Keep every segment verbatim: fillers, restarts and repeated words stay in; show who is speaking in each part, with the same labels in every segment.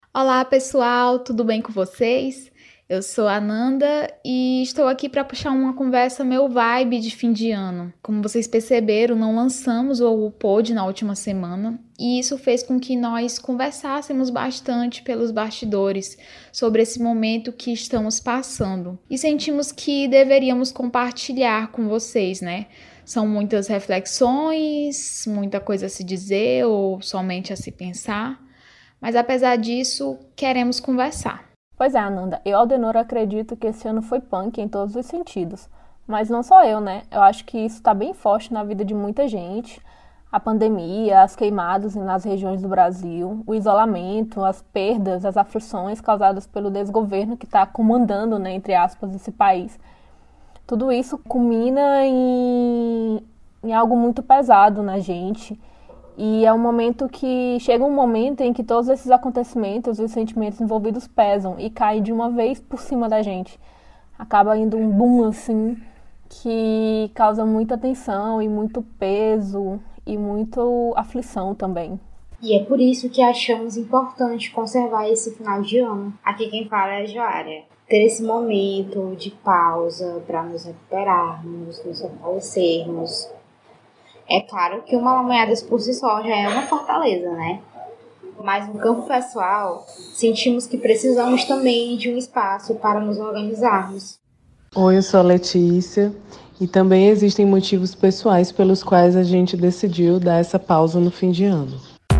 Speaker 1: Olá, pessoal, tudo bem com vocês? Eu sou a Nanda e estou aqui para puxar uma conversa meu vibe de fim de ano. Como vocês perceberam, não lançamos o pod na última semana e isso fez com que nós conversássemos bastante pelos bastidores sobre esse momento que estamos passando e sentimos que deveríamos compartilhar com vocês, né? São muitas reflexões, muita coisa a se dizer ou somente a se pensar. Mas apesar disso, queremos conversar.
Speaker 2: Pois é, Ananda, eu, Aldenor, acredito que esse ano foi punk em todos os sentidos. Mas não só eu, né? Eu acho que isso está bem forte na vida de muita gente. A pandemia, as queimadas nas regiões do Brasil, o isolamento, as perdas, as aflições causadas pelo desgoverno que está comandando, né, entre aspas, esse país. Tudo isso culmina em, em algo muito pesado na gente. E é um momento que chega um momento em que todos esses acontecimentos e os sentimentos envolvidos pesam e caem de uma vez por cima da gente. Acaba indo um boom assim que causa muita tensão e muito peso e muita aflição também.
Speaker 3: E é por isso que achamos importante conservar esse final de ano. Aqui quem fala é a Joária. Ter esse momento de pausa para nos recuperarmos, nos fortalecermos. É claro que o Malamanhadas por si só já é uma fortaleza, né? Mas no campo pessoal, sentimos que precisamos também de um espaço para nos organizarmos.
Speaker 4: Oi, eu sou a Letícia e também existem motivos pessoais pelos quais a gente decidiu dar essa pausa no fim de ano.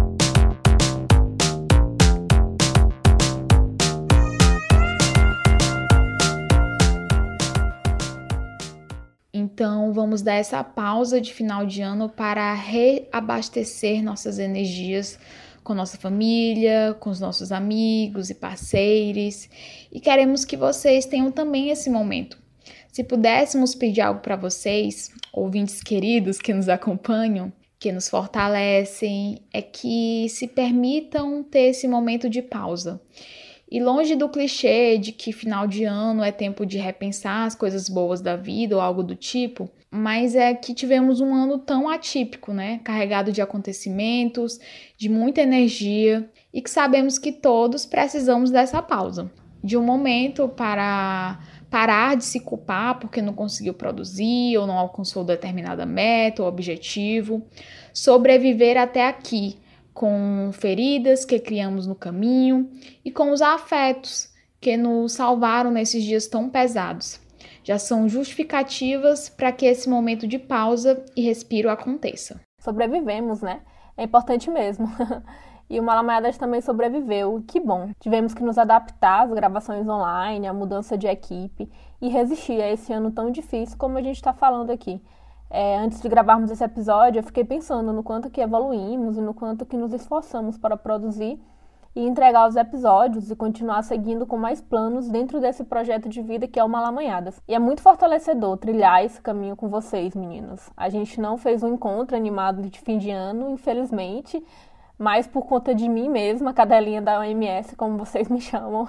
Speaker 1: Então, vamos dar essa pausa de final de ano para reabastecer nossas energias com nossa família, com os nossos amigos e parceiros. E queremos que vocês tenham também esse momento. Se pudéssemos pedir algo para vocês, ouvintes queridos que nos acompanham, que nos fortalecem, é que se permitam ter esse momento de pausa. E longe do clichê de que final de ano é tempo de repensar as coisas boas da vida ou algo do tipo, mas é que tivemos um ano tão atípico, né? Carregado de acontecimentos, de muita energia e que sabemos que todos precisamos dessa pausa. De um momento para parar de se culpar porque não conseguiu produzir ou não alcançou determinada meta ou objetivo, sobreviver até aqui, com feridas que criamos no caminho e com os afetos que nos salvaram nesses dias tão pesados. Já são justificativas para que esse momento de pausa e respiro aconteça.
Speaker 2: Sobrevivemos, né? É importante mesmo. E o Malamanhadas também sobreviveu, que bom. Tivemos que nos adaptar às gravações online, à mudança de equipe e resistir a esse ano tão difícil como a gente está falando aqui. É, antes de gravarmos esse episódio, eu fiquei pensando no quanto que evoluímos e no quanto que nos esforçamos para produzir e entregar os episódios e continuar seguindo com mais planos dentro desse projeto de vida que é o Malamanhadas. E é muito fortalecedor trilhar esse caminho com vocês, meninas. A gente não fez um encontro animado de fim de ano, infelizmente, mas por conta de mim mesma, a cadelinha da O M S, como vocês me chamam.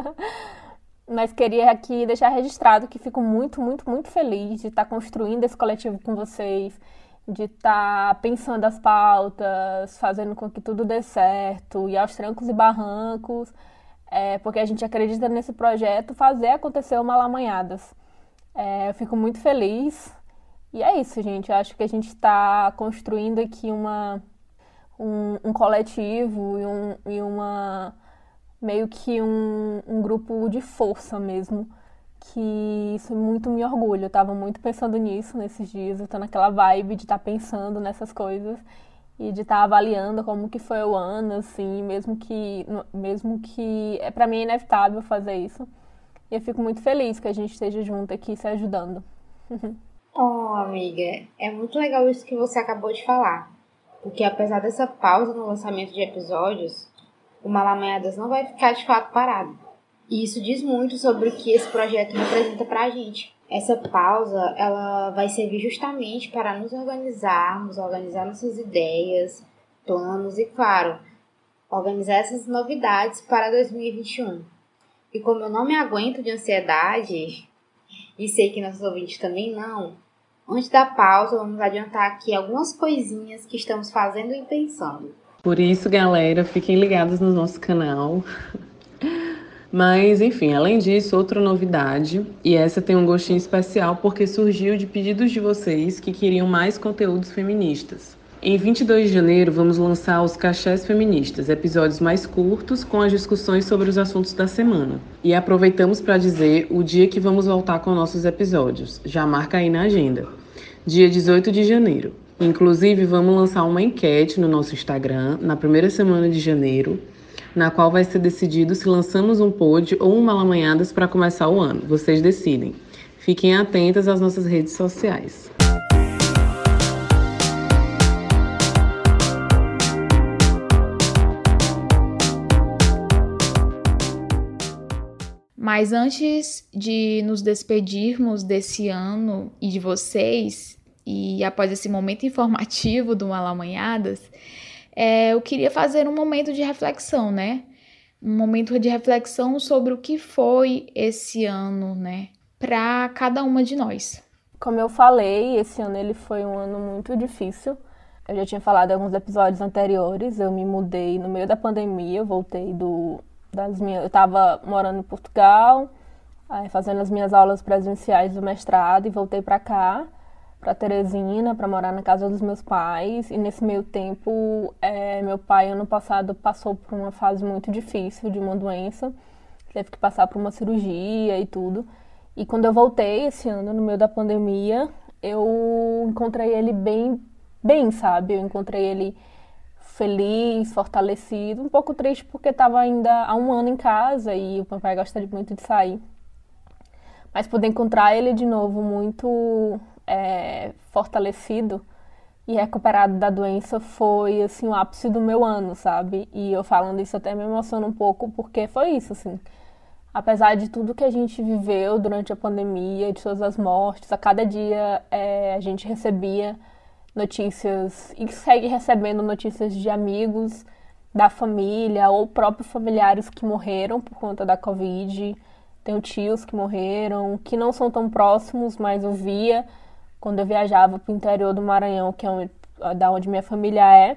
Speaker 2: Mas queria aqui deixar registrado que fico muito, muito, muito feliz de estar construindo esse coletivo com vocês, de estar pensando as pautas, fazendo com que tudo dê certo, e aos trancos e barrancos, é, porque a gente acredita nesse projeto fazer acontecer o Malamanhadas. É, eu fico muito feliz. E é isso, gente. Eu acho que a gente está construindo aqui uma, um, um coletivo e, um, e uma... meio que um, um grupo de força mesmo, que isso muito me orgulha. Eu tava muito pensando nisso nesses dias, eu tô naquela vibe de estar tá pensando nessas coisas e de estar tá avaliando como que foi o ano, assim, mesmo que, mesmo que é para mim é inevitável fazer isso. E eu fico muito feliz que a gente esteja junto aqui se ajudando.
Speaker 3: Oh, amiga, é muito legal isso que você acabou de falar, porque apesar dessa pausa no lançamento de episódios, o Malamanhadas não vai ficar de fato parado. E isso diz muito sobre o que esse projeto representa pra gente. Essa pausa, ela vai servir justamente para nos organizarmos, organizar nossas ideias, planos e, claro, organizar essas novidades para dois mil e vinte e um. E como eu não me aguento de ansiedade, e sei que nossos ouvintes também não, antes da pausa vamos adiantar aqui algumas coisinhas que estamos fazendo e pensando.
Speaker 4: Por isso, galera, fiquem ligados no nosso canal. Mas, enfim, além disso, outra novidade, e essa tem um gostinho especial porque surgiu de pedidos de vocês que queriam mais conteúdos feministas. Em vinte e dois de janeiro, vamos lançar os Cachés Feministas, episódios mais curtos com as discussões sobre os assuntos da semana. E aproveitamos para dizer o dia que vamos voltar com nossos episódios. Já marca aí na agenda. Dia dezoito de janeiro. Inclusive, vamos lançar uma enquete no nosso Instagram na primeira semana de janeiro, na qual vai ser decidido se lançamos um pod ou um Malamanhadas para começar o ano. Vocês decidem. Fiquem atentas às nossas redes sociais.
Speaker 1: Mas antes de nos despedirmos desse ano e de vocês, e após esse momento informativo do Malamanhadas, é, eu queria fazer um momento de reflexão, né? Um momento de reflexão sobre o que foi esse ano, né? Para cada uma de nós.
Speaker 2: Como eu falei, esse ano ele foi um ano muito difícil. Eu já tinha falado em alguns episódios anteriores, eu me mudei no meio da pandemia, eu voltei do... Das minhas, eu estava morando em Portugal, aí fazendo as minhas aulas presenciais do mestrado e voltei para cá, para Teresina, para morar na casa dos meus pais. E nesse meio tempo, é, meu pai, ano passado, passou por uma fase muito difícil de uma doença, teve que passar por uma cirurgia e tudo. E quando eu voltei esse ano, no meio da pandemia, eu encontrei ele bem, bem, sabe? Eu encontrei ele feliz, fortalecido, um pouco triste porque estava ainda há um ano em casa e o papai gosta muito de sair. Mas poder encontrar ele de novo muito é, fortalecido e recuperado da doença foi assim o ápice do meu ano, sabe? E eu falando isso até me emociona um pouco porque foi isso, assim. Apesar de tudo que a gente viveu durante a pandemia, de todas as mortes, a cada dia é, a gente recebia notícias e segue recebendo notícias de amigos, da família ou próprios familiares que morreram por conta da Covid. Tenho tios que morreram, que não são tão próximos, mas eu via quando eu viajava para o interior do Maranhão, que é onde, da onde minha família é.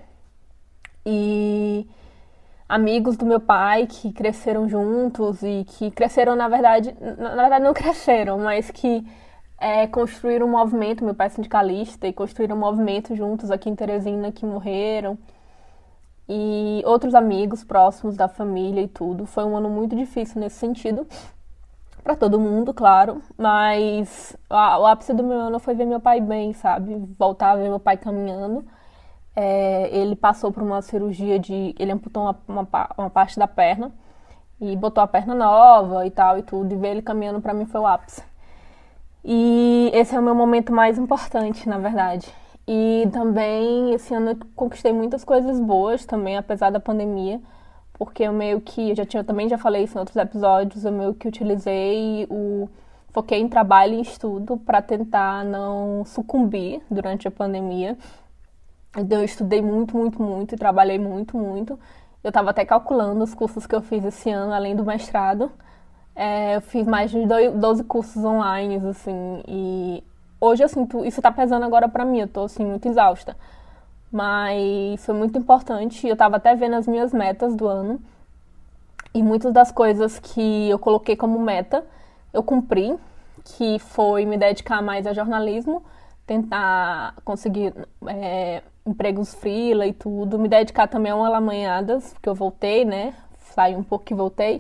Speaker 2: E amigos do meu pai que cresceram juntos e que cresceram, na verdade, na verdade não cresceram, mas que É, construíram um movimento, meu pai é sindicalista, e construíram um movimento juntos aqui em Teresina, que morreram. E outros amigos próximos da família e tudo. Foi um ano muito difícil nesse sentido, para todo mundo, claro. Mas a, o ápice do meu ano foi ver meu pai bem, sabe? Voltar a ver meu pai caminhando. É, ele passou por uma cirurgia de... Ele amputou uma, uma, uma parte da perna e botou a perna nova e tal e tudo. E ver ele caminhando, para mim, foi o ápice. E esse é o meu momento mais importante, na verdade. E também, esse ano eu conquistei muitas coisas boas também, apesar da pandemia, porque eu meio que, eu já tinha, eu também já falei isso em outros episódios, eu meio que utilizei o... foquei em trabalho e estudo para tentar não sucumbir durante a pandemia. Então eu estudei muito, muito, muito e trabalhei muito, muito. Eu estava até calculando os cursos que eu fiz esse ano, além do mestrado. É, eu fiz mais de doze cursos online, assim, e hoje eu sinto, isso tá pesando agora pra mim, eu tô, assim, muito exausta. Mas foi muito importante, eu tava até vendo as minhas metas do ano, e muitas das coisas que eu coloquei como meta, eu cumpri, que foi me dedicar mais a jornalismo, tentar conseguir é, empregos freela e tudo, me dedicar também a uma Malamanhadas, porque eu voltei, né, saí um pouco e voltei.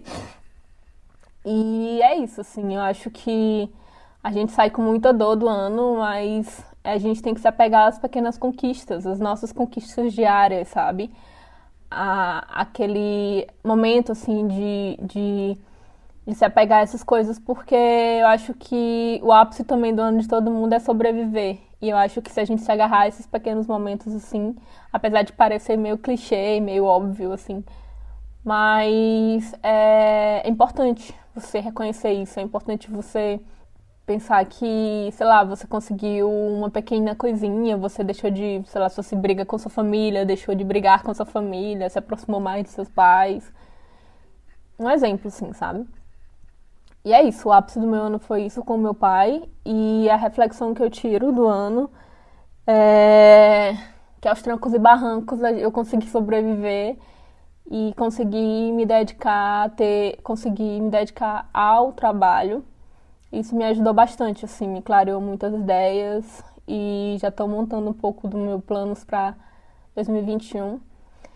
Speaker 2: E é isso, assim, eu acho que a gente sai com muita dor do ano, mas a gente tem que se apegar às pequenas conquistas, às nossas conquistas diárias, sabe? A, aquele momento, assim, de, de, de se apegar a essas coisas, porque eu acho que o ápice também do ano de todo mundo é sobreviver. E eu acho que se a gente se agarrar a esses pequenos momentos, assim, apesar de parecer meio clichê, meio óbvio, assim, mas é importante você reconhecer isso, é importante você pensar que, sei lá, você conseguiu uma pequena coisinha, você deixou de, sei lá, se você briga com sua família, deixou de brigar com sua família, se aproximou mais de seus pais. Um exemplo, assim, sabe? E é isso, o ápice do meu ano foi isso com o meu pai, e a reflexão que eu tiro do ano é que aos trancos e barrancos eu consegui sobreviver e consegui me dedicar, ter, consegui me dedicar ao trabalho. Isso me ajudou bastante, assim, me clareou muitas ideias e já estou montando um pouco dos meus planos para dois mil e vinte e um.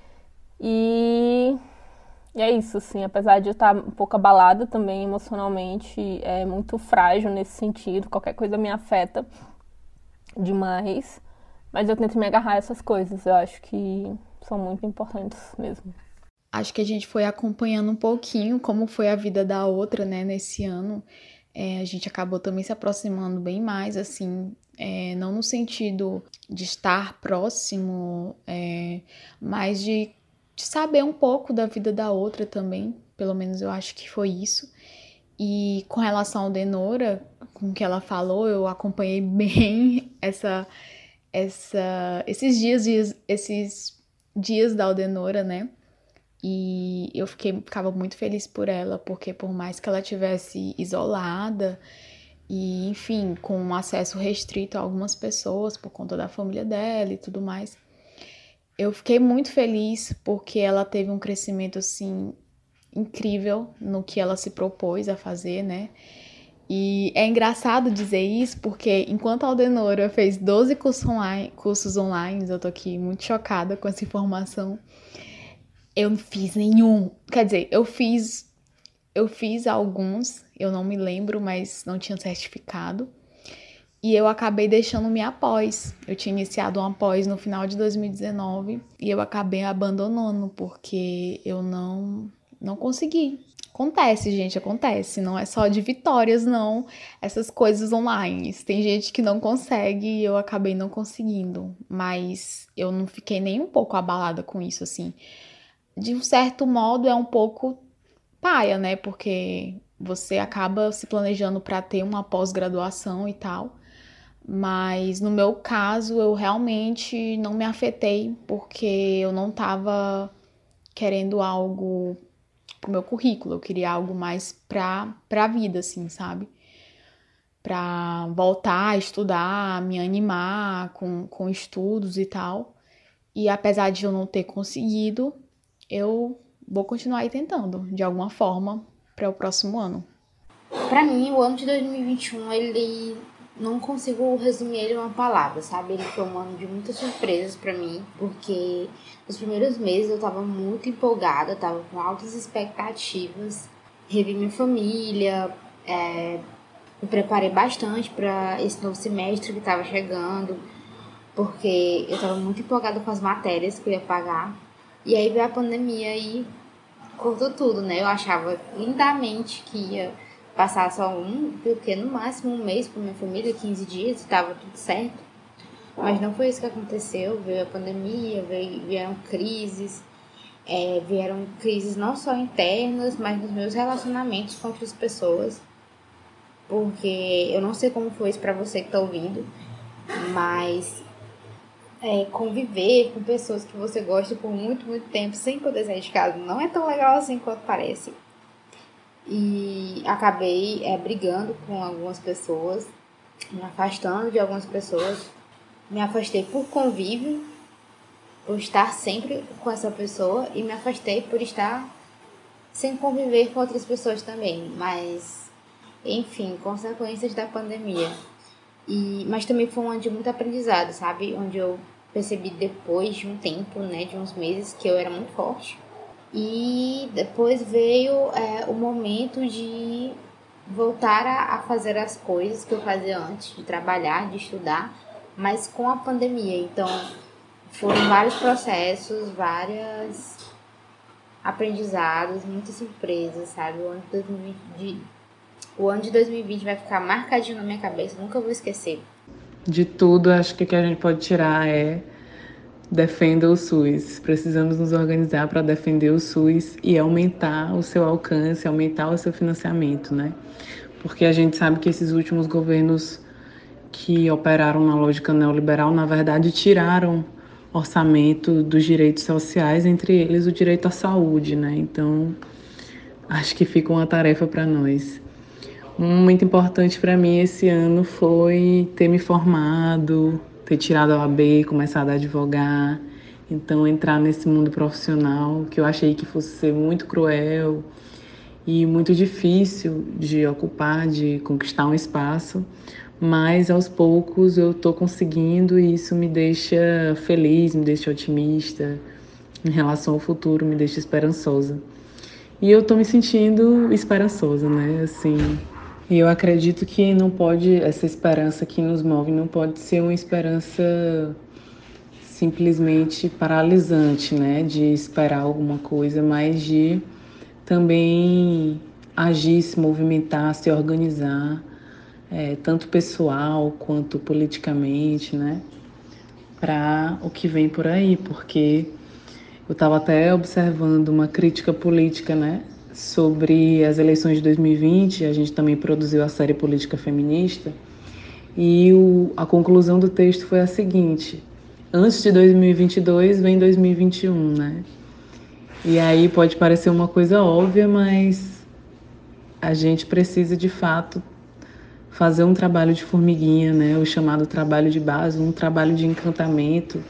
Speaker 2: E, e é isso, assim, apesar de eu estar um pouco abalada também emocionalmente, é muito frágil nesse sentido, qualquer coisa me afeta demais, mas eu tento me agarrar a essas coisas, eu acho que são muito importantes mesmo.
Speaker 1: Acho que a gente foi acompanhando um pouquinho como foi a vida da outra, né, nesse ano. É, a gente acabou também se aproximando bem mais, assim, é, não no sentido de estar próximo, é, mas de, de saber um pouco da vida da outra também, pelo menos eu acho que foi isso. E com relação ao Denora, com o que ela falou, eu acompanhei bem essa, essa, esses dias, esses dias da Aldenora, né? E eu fiquei, ficava muito feliz por ela, porque por mais que ela tivesse isolada e, enfim, com acesso restrito a algumas pessoas por conta da família dela e tudo mais, eu fiquei muito feliz porque ela teve um crescimento, assim, incrível no que ela se propôs a fazer, né? E é engraçado dizer isso porque enquanto a Aldenora fez doze cursos online, cursos online, eu tô aqui muito chocada com essa informação, eu não fiz nenhum. Quer dizer, eu fiz, eu fiz alguns, eu não me lembro, mas não tinha certificado. E eu acabei deixando minha pós. Eu tinha iniciado uma pós no final de dois mil e dezenove e eu acabei abandonando porque eu não, não consegui. Acontece, gente, acontece. Não é só de vitórias, não, essas coisas online. Tem gente que não consegue e eu acabei não conseguindo. Mas eu não fiquei nem um pouco abalada com isso, assim. De um certo modo é um pouco paia, né? Porque você acaba se planejando para ter uma pós-graduação e tal. Mas no meu caso eu realmente não me afetei porque eu não estava querendo algo pro meu currículo. Eu queria algo mais pra, pra vida, assim, sabe? Pra voltar a estudar, me animar com, com estudos e tal. E apesar de eu não ter conseguido, eu vou continuar aí tentando, de alguma forma, para o próximo ano.
Speaker 3: Pra mim, o ano de dois mil e vinte e um, ele não consigo resumir ele em uma palavra, sabe? Ele foi um ano de muitas surpresas pra mim, porque nos primeiros meses eu tava muito empolgada, tava com altas expectativas, revi minha família, é, me preparei bastante pra esse novo semestre que tava chegando, porque eu tava muito empolgada com as matérias que eu ia pagar. E aí veio a pandemia e cortou tudo, né? Eu achava lindamente que ia passar só um, porque no máximo um mês com minha família, quinze dias, e tava tudo certo. Mas não foi isso que aconteceu. Veio a pandemia, veio, vieram crises, é, vieram crises não só internas, mas nos meus relacionamentos com outras pessoas. Porque eu não sei como foi isso pra você que tá ouvindo, mas é, conviver com pessoas que você gosta por muito, muito tempo sem poder sair de casa não é tão legal assim quanto parece. E acabei é, brigando com algumas pessoas, me afastando de algumas pessoas. Me afastei por convívio, por estar sempre com essa pessoa, e me afastei por estar sem conviver com outras pessoas também. Mas, enfim, consequências da pandemia. E, mas também foi um ano de muito aprendizado, sabe? Onde eu percebi depois de um tempo, né, de uns meses, que eu era muito forte. E depois veio é, o momento de voltar a, a fazer as coisas que eu fazia antes, de trabalhar, de estudar, mas com a pandemia. Então, foram vários processos, vários aprendizados, muitas surpresas, sabe? O ano de dois mil e vinte, o ano de dois mil e vinte vai ficar marcadinho na minha cabeça, nunca vou esquecer.
Speaker 4: De tudo, acho que o que a gente pode tirar é: defenda o SUS. Precisamos nos organizar para defender o SUS e aumentar o seu alcance, aumentar o seu financiamento, né? Porque a gente sabe que esses últimos governos que operaram na lógica neoliberal, na verdade, tiraram orçamento dos direitos sociais, entre eles o direito à saúde, né? Então, acho que fica uma tarefa para nós. Muito importante para mim esse ano foi ter me formado, ter tirado a O A B, começado a advogar, então entrar nesse mundo profissional que eu achei que fosse ser muito cruel e muito difícil de ocupar, de conquistar um espaço, mas aos poucos eu estou conseguindo e isso me deixa feliz, me deixa otimista em relação ao futuro, me deixa esperançosa. E eu estou me sentindo esperançosa, né? Assim, e eu acredito que não pode, essa esperança que nos move não pode ser uma esperança simplesmente paralisante, né? De esperar alguma coisa, mas de também agir, se movimentar, se organizar, é, tanto pessoal quanto politicamente, né? Para o que vem por aí, porque eu estava até observando uma crítica política, né? Sobre as eleições de dois mil e vinte, a gente também produziu a série Política Feminista, e o, a conclusão do texto foi a seguinte: antes de dois mil e vinte e dois vem dois mil e vinte e um, né? E aí pode parecer uma coisa óbvia, mas a gente precisa de fato fazer um trabalho de formiguinha, né? O chamado trabalho de base, um trabalho de encantamento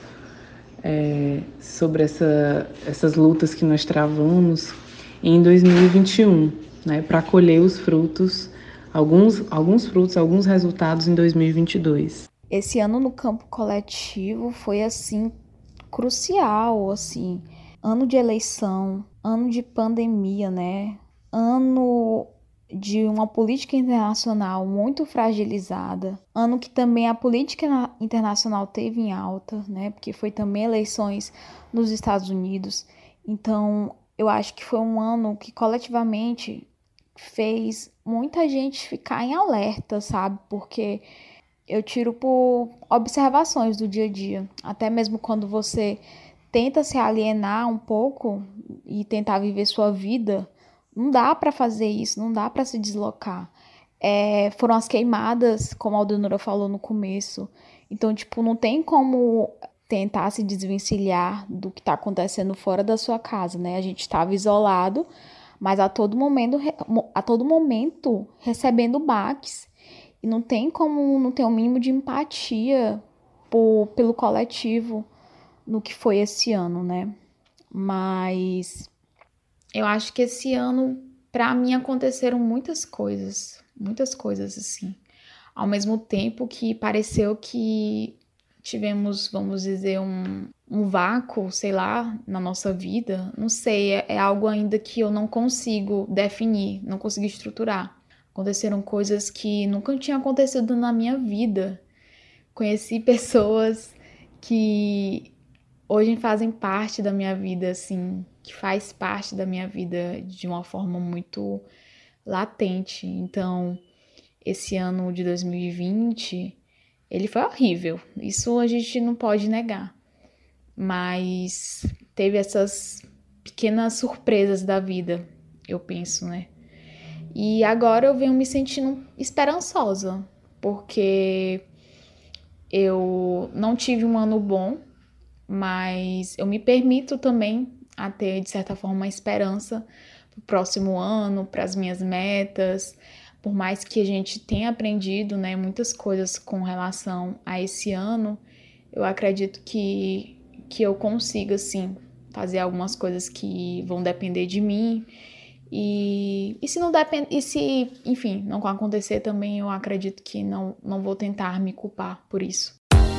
Speaker 4: é, sobre essa, essas lutas que nós travamos em dois mil e vinte e um, né? Para colher os frutos, alguns, alguns frutos, alguns resultados em dois mil e vinte e dois.
Speaker 1: Esse ano no campo coletivo foi assim crucial, assim, ano de eleição, ano de pandemia, né? Ano de uma política internacional muito fragilizada, ano que também a política internacional teve em alta, né? Porque foi também eleições nos Estados Unidos. Então, eu acho que foi um ano que coletivamente fez muita gente ficar em alerta, sabe? Porque eu tiro por observações do dia a dia, até mesmo quando você tenta se alienar um pouco e tentar viver sua vida, não dá para fazer isso, não dá para se deslocar. É, foram as queimadas, como a Aldenora falou no começo. Então, tipo, não tem como tentar se desvencilhar do que está acontecendo fora da sua casa, né? A gente estava isolado, mas a todo momento, a todo momento recebendo baques. E não tem como não ter um mínimo de empatia por, pelo coletivo no que foi esse ano, né? Mas eu acho que esse ano, para mim, aconteceram muitas coisas, muitas coisas assim. Ao mesmo tempo que pareceu que tivemos, vamos dizer, um, um vácuo, sei lá, na nossa vida. Não sei, é, é algo ainda que eu não consigo definir, não consigo estruturar. Aconteceram coisas que nunca tinham acontecido na minha vida. Conheci pessoas que hoje fazem parte da minha vida, assim, que faz parte da minha vida de uma forma muito latente. Então, esse ano de dois mil e vinte, ele foi horrível. Isso a gente não pode negar. Mas teve essas pequenas surpresas da vida, eu penso, né? E agora eu venho me sentindo esperançosa, porque eu não tive um ano bom, mas eu me permito também a ter, de certa forma, uma esperança para o próximo ano, para as minhas metas, por mais que a gente tenha aprendido, né, muitas coisas com relação a esse ano, eu acredito que, que eu consiga, sim, fazer algumas coisas que vão depender de mim. E, e se não depende, e se, enfim, não acontecer também, eu acredito que não, não vou tentar me culpar por isso.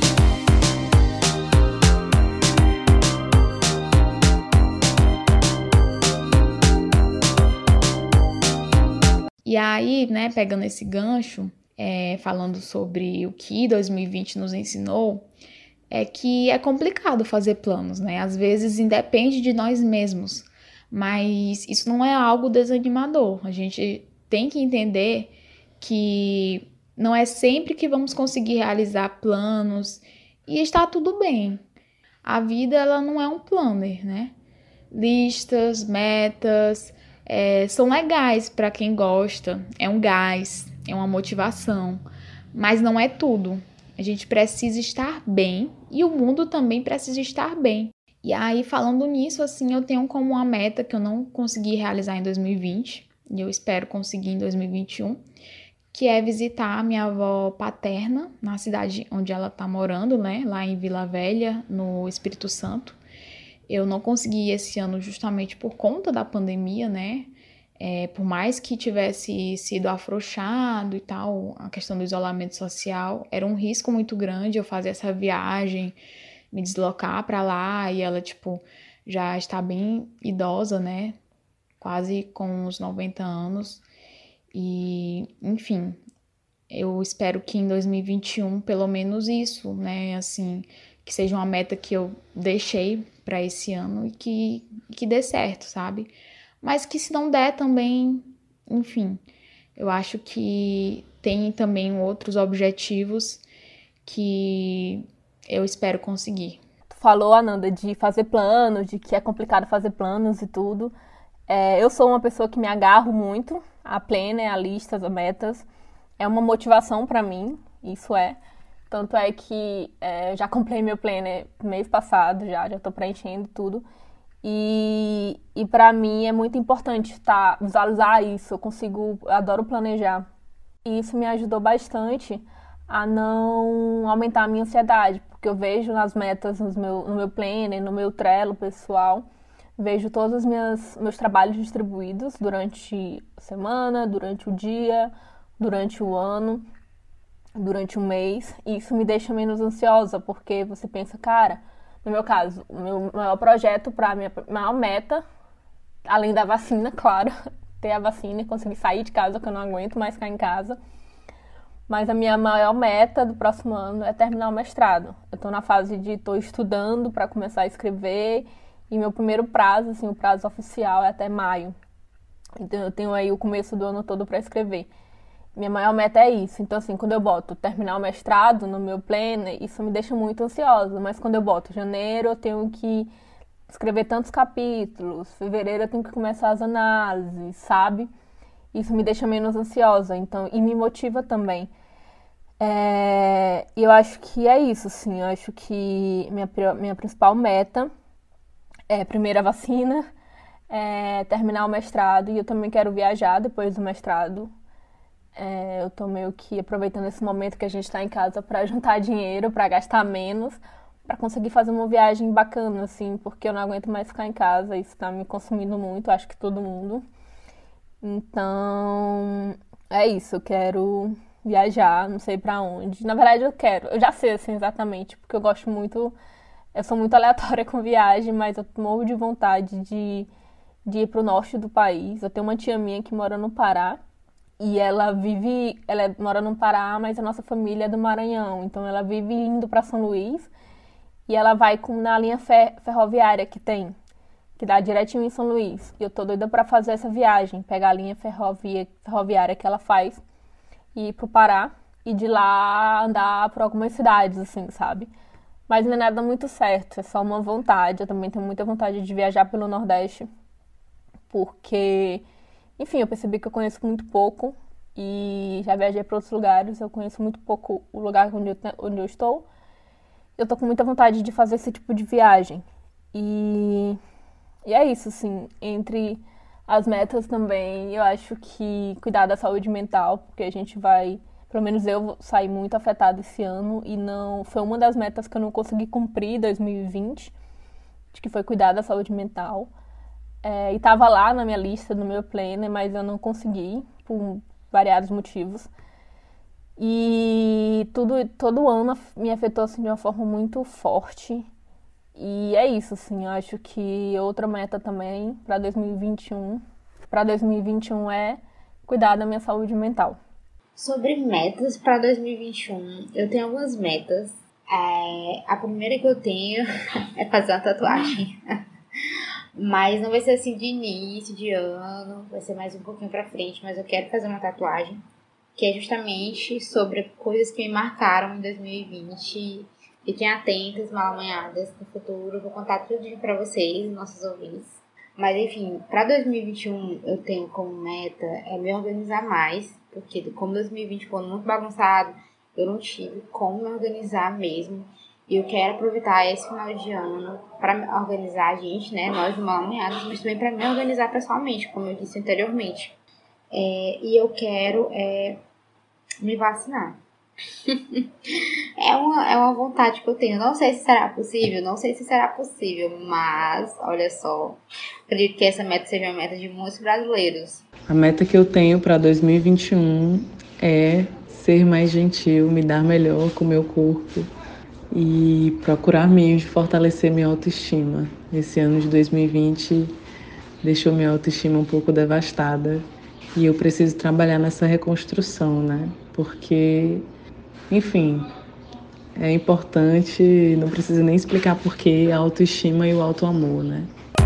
Speaker 1: E aí, né, pegando esse gancho, é, falando sobre o que dois mil e vinte nos ensinou, é que é complicado fazer planos, né? Às vezes independe de nós mesmos. Mas isso não é algo desanimador. A gente tem que entender que não é sempre que vamos conseguir realizar planos e está tudo bem. A vida, ela não é um planner, né? Listas, metas, é, são legais para quem gosta. É um gás, é uma motivação. Mas não é tudo. A gente precisa estar bem e o mundo também precisa estar bem. E aí, falando nisso, assim, eu tenho como uma meta que eu não consegui realizar em dois mil e vinte, e eu espero conseguir em dois mil e vinte e um, que é visitar a minha avó paterna na cidade onde ela tá morando, né, lá em Vila Velha, no Espírito Santo. Eu não consegui ir esse ano justamente por conta da pandemia, né? É, por mais que tivesse sido afrouxado e tal, a questão do isolamento social, era um risco muito grande eu fazer essa viagem, me deslocar para lá, e ela, tipo, já está bem idosa, né? Quase com uns noventa anos. E, enfim, eu espero que em dois mil e vinte e um, pelo menos isso, né? Assim, que seja uma meta que eu deixei para esse ano e que, que dê certo, sabe? Mas que se não der também, enfim, eu acho que tem também outros objetivos que eu espero conseguir.
Speaker 2: Tu falou, Ananda, de fazer planos, de que é complicado fazer planos e tudo. É, eu sou uma pessoa que me agarro muito a planner, a listas, a metas. É uma motivação para mim, isso é. Tanto é que é, eu já comprei meu planner mês passado, já, já tô preenchendo tudo. E, e para mim é muito importante tá, visualizar isso. Eu consigo, eu adoro planejar. E isso me ajudou bastante a não aumentar a minha ansiedade, porque eu vejo nas metas, nos meu, no meu planner, no meu Trello pessoal, vejo todos os meus, meus trabalhos distribuídos durante a semana, durante o dia, durante o ano, durante o mês. E isso me deixa menos ansiosa, porque você pensa, cara, no meu caso, o meu maior projeto para a minha maior meta, além da vacina, claro, ter a vacina e conseguir sair de casa, que eu não aguento mais ficar em casa. Mas a minha maior meta do próximo ano é terminar o mestrado. Eu estou na fase de estou estudando para começar a escrever, e meu primeiro prazo, assim, o prazo oficial é até maio. Então eu tenho aí o começo do ano todo para escrever. Minha maior meta é isso. Então, assim, quando eu boto terminar o mestrado no meu planner, isso me deixa muito ansiosa. Mas quando eu boto janeiro, eu tenho que escrever tantos capítulos, fevereiro eu tenho que começar as análises, sabe? Isso me deixa menos ansiosa, então, e me motiva também. É, eu acho que é isso, assim, eu acho que minha, minha principal meta é primeiro a vacina, é terminar o mestrado, e eu também quero viajar depois do mestrado. É, eu tô meio que aproveitando esse momento que a gente tá em casa para juntar dinheiro, para gastar menos, para conseguir fazer uma viagem bacana, assim, porque eu não aguento mais ficar em casa, isso tá me consumindo muito, acho que todo mundo. Então, é isso, eu quero viajar, não sei pra onde. Na verdade, eu quero, eu já sei, assim, exatamente, porque eu gosto muito, eu sou muito aleatória com viagem, mas eu morro de vontade de, de ir pro norte do país. Eu tenho uma tia minha que mora no Pará, e ela vive, ela é- mora no Pará, mas a nossa família é do Maranhão, então ela vive indo pra São Luís, e ela vai com, na linha fer- ferroviária que tem, que dá direitinho em São Luís. E eu tô doida pra fazer essa viagem, pegar a linha ferrovia, ferroviária que ela faz e ir pro Pará, e de lá andar por algumas cidades, assim, sabe? Mas não é nada muito certo, é só uma vontade. Eu também tenho muita vontade de viajar pelo Nordeste, porque, enfim, eu percebi que eu conheço muito pouco e já viajei para outros lugares, eu conheço muito pouco o lugar onde eu, te- onde eu estou. Eu tô com muita vontade de fazer esse tipo de viagem. E e é isso, assim, entre as metas também, eu acho que cuidar da saúde mental, porque a gente vai, pelo menos eu vou sair muito afetada esse ano, e não, foi uma das metas que eu não consegui cumprir em dois mil e vinte, de que foi cuidar da saúde mental. É, e estava lá na minha lista, no meu planner, mas eu não consegui, por variados motivos. E tudo, todo ano me afetou assim, de uma forma muito forte. E é isso, assim, eu acho que outra meta também para dois mil e vinte e um, para dois mil e vinte e um é cuidar da minha saúde mental.
Speaker 3: Sobre metas para dois mil e vinte e um, eu tenho algumas metas. É, a primeira que eu tenho é fazer uma tatuagem. Mas não vai ser assim de início de ano, vai ser mais um pouquinho pra frente, mas eu quero fazer uma tatuagem que é justamente sobre coisas que me marcaram em dois mil e vinte. Fiquem atentas, mal amanhadas, no futuro eu vou contar tudo pra vocês, nossos ouvintes. Mas enfim, pra dois mil e vinte e um eu tenho como meta é me organizar mais, porque como dois mil e vinte foi muito bagunçado, eu não tive como me organizar mesmo. E eu quero aproveitar esse final de ano para organizar a gente, né, nós do Mal Amanhadas, mas também para me organizar pessoalmente, como eu disse anteriormente. É, e eu quero é, me vacinar. é, uma, é uma vontade que eu tenho. Não sei se será possível, não sei se será possível, mas, olha só, acredito que essa meta seja a meta de muitos brasileiros.
Speaker 4: A meta que eu tenho para dois mil e vinte e um é ser mais gentil, me dar melhor com o meu corpo e procurar meios de fortalecer minha autoestima. Esse ano de dois mil e vinte deixou minha autoestima um pouco devastada e eu preciso trabalhar nessa reconstrução, né? Porque, enfim, é importante, não preciso nem explicar porquê, a autoestima e o autoamor, né?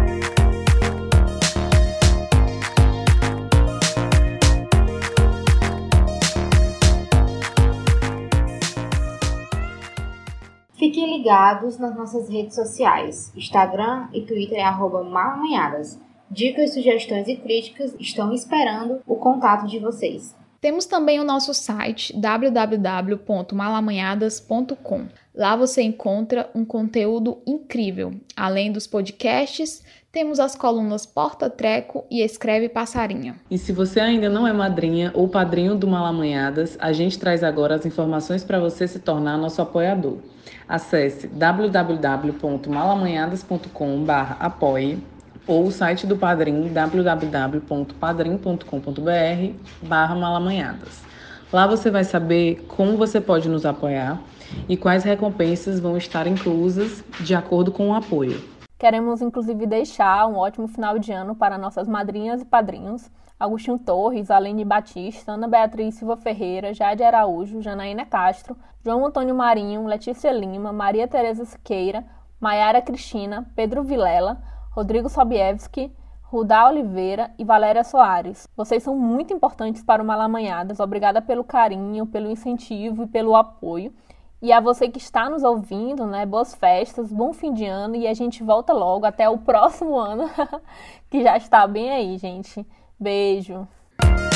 Speaker 3: Fiquem ligados nas nossas redes sociais. Instagram e Twitter é arroba malamanhadas. Dicas, sugestões e críticas estão esperando o contato de vocês.
Speaker 1: Temos também o nosso site w w w ponto malamanhadas ponto com. Lá você encontra um conteúdo incrível. Além dos podcasts, temos as colunas Porta Treco e Escreve Passarinho.
Speaker 4: E se você ainda não é madrinha ou padrinho do Malamanhadas, a gente traz agora as informações para você se tornar nosso apoiador. Acesse w w w ponto malamanhadas ponto com barra apoie ou o site do Padrim w w w ponto padrim ponto com ponto b r barra malamanhadas. Lá você vai saber como você pode nos apoiar e quais recompensas vão estar inclusas de acordo com o apoio.
Speaker 2: Queremos, inclusive, deixar um ótimo final de ano para nossas madrinhas e padrinhos, Agostinho Torres, Alene Batista, Ana Beatriz Silva Ferreira, Jade Araújo, Janaína Castro, João Antônio Marinho, Letícia Lima, Maria Tereza Siqueira, Maiara Cristina, Pedro Vilela, Rodrigo Sobiewski, Rudá Oliveira e Valéria Soares. Vocês são muito importantes para o Malamanhadas. Obrigada pelo carinho, pelo incentivo e pelo apoio. E a você que está nos ouvindo, né, boas festas, bom fim de ano e a gente volta logo até o próximo ano, que já está bem aí, gente. Beijo!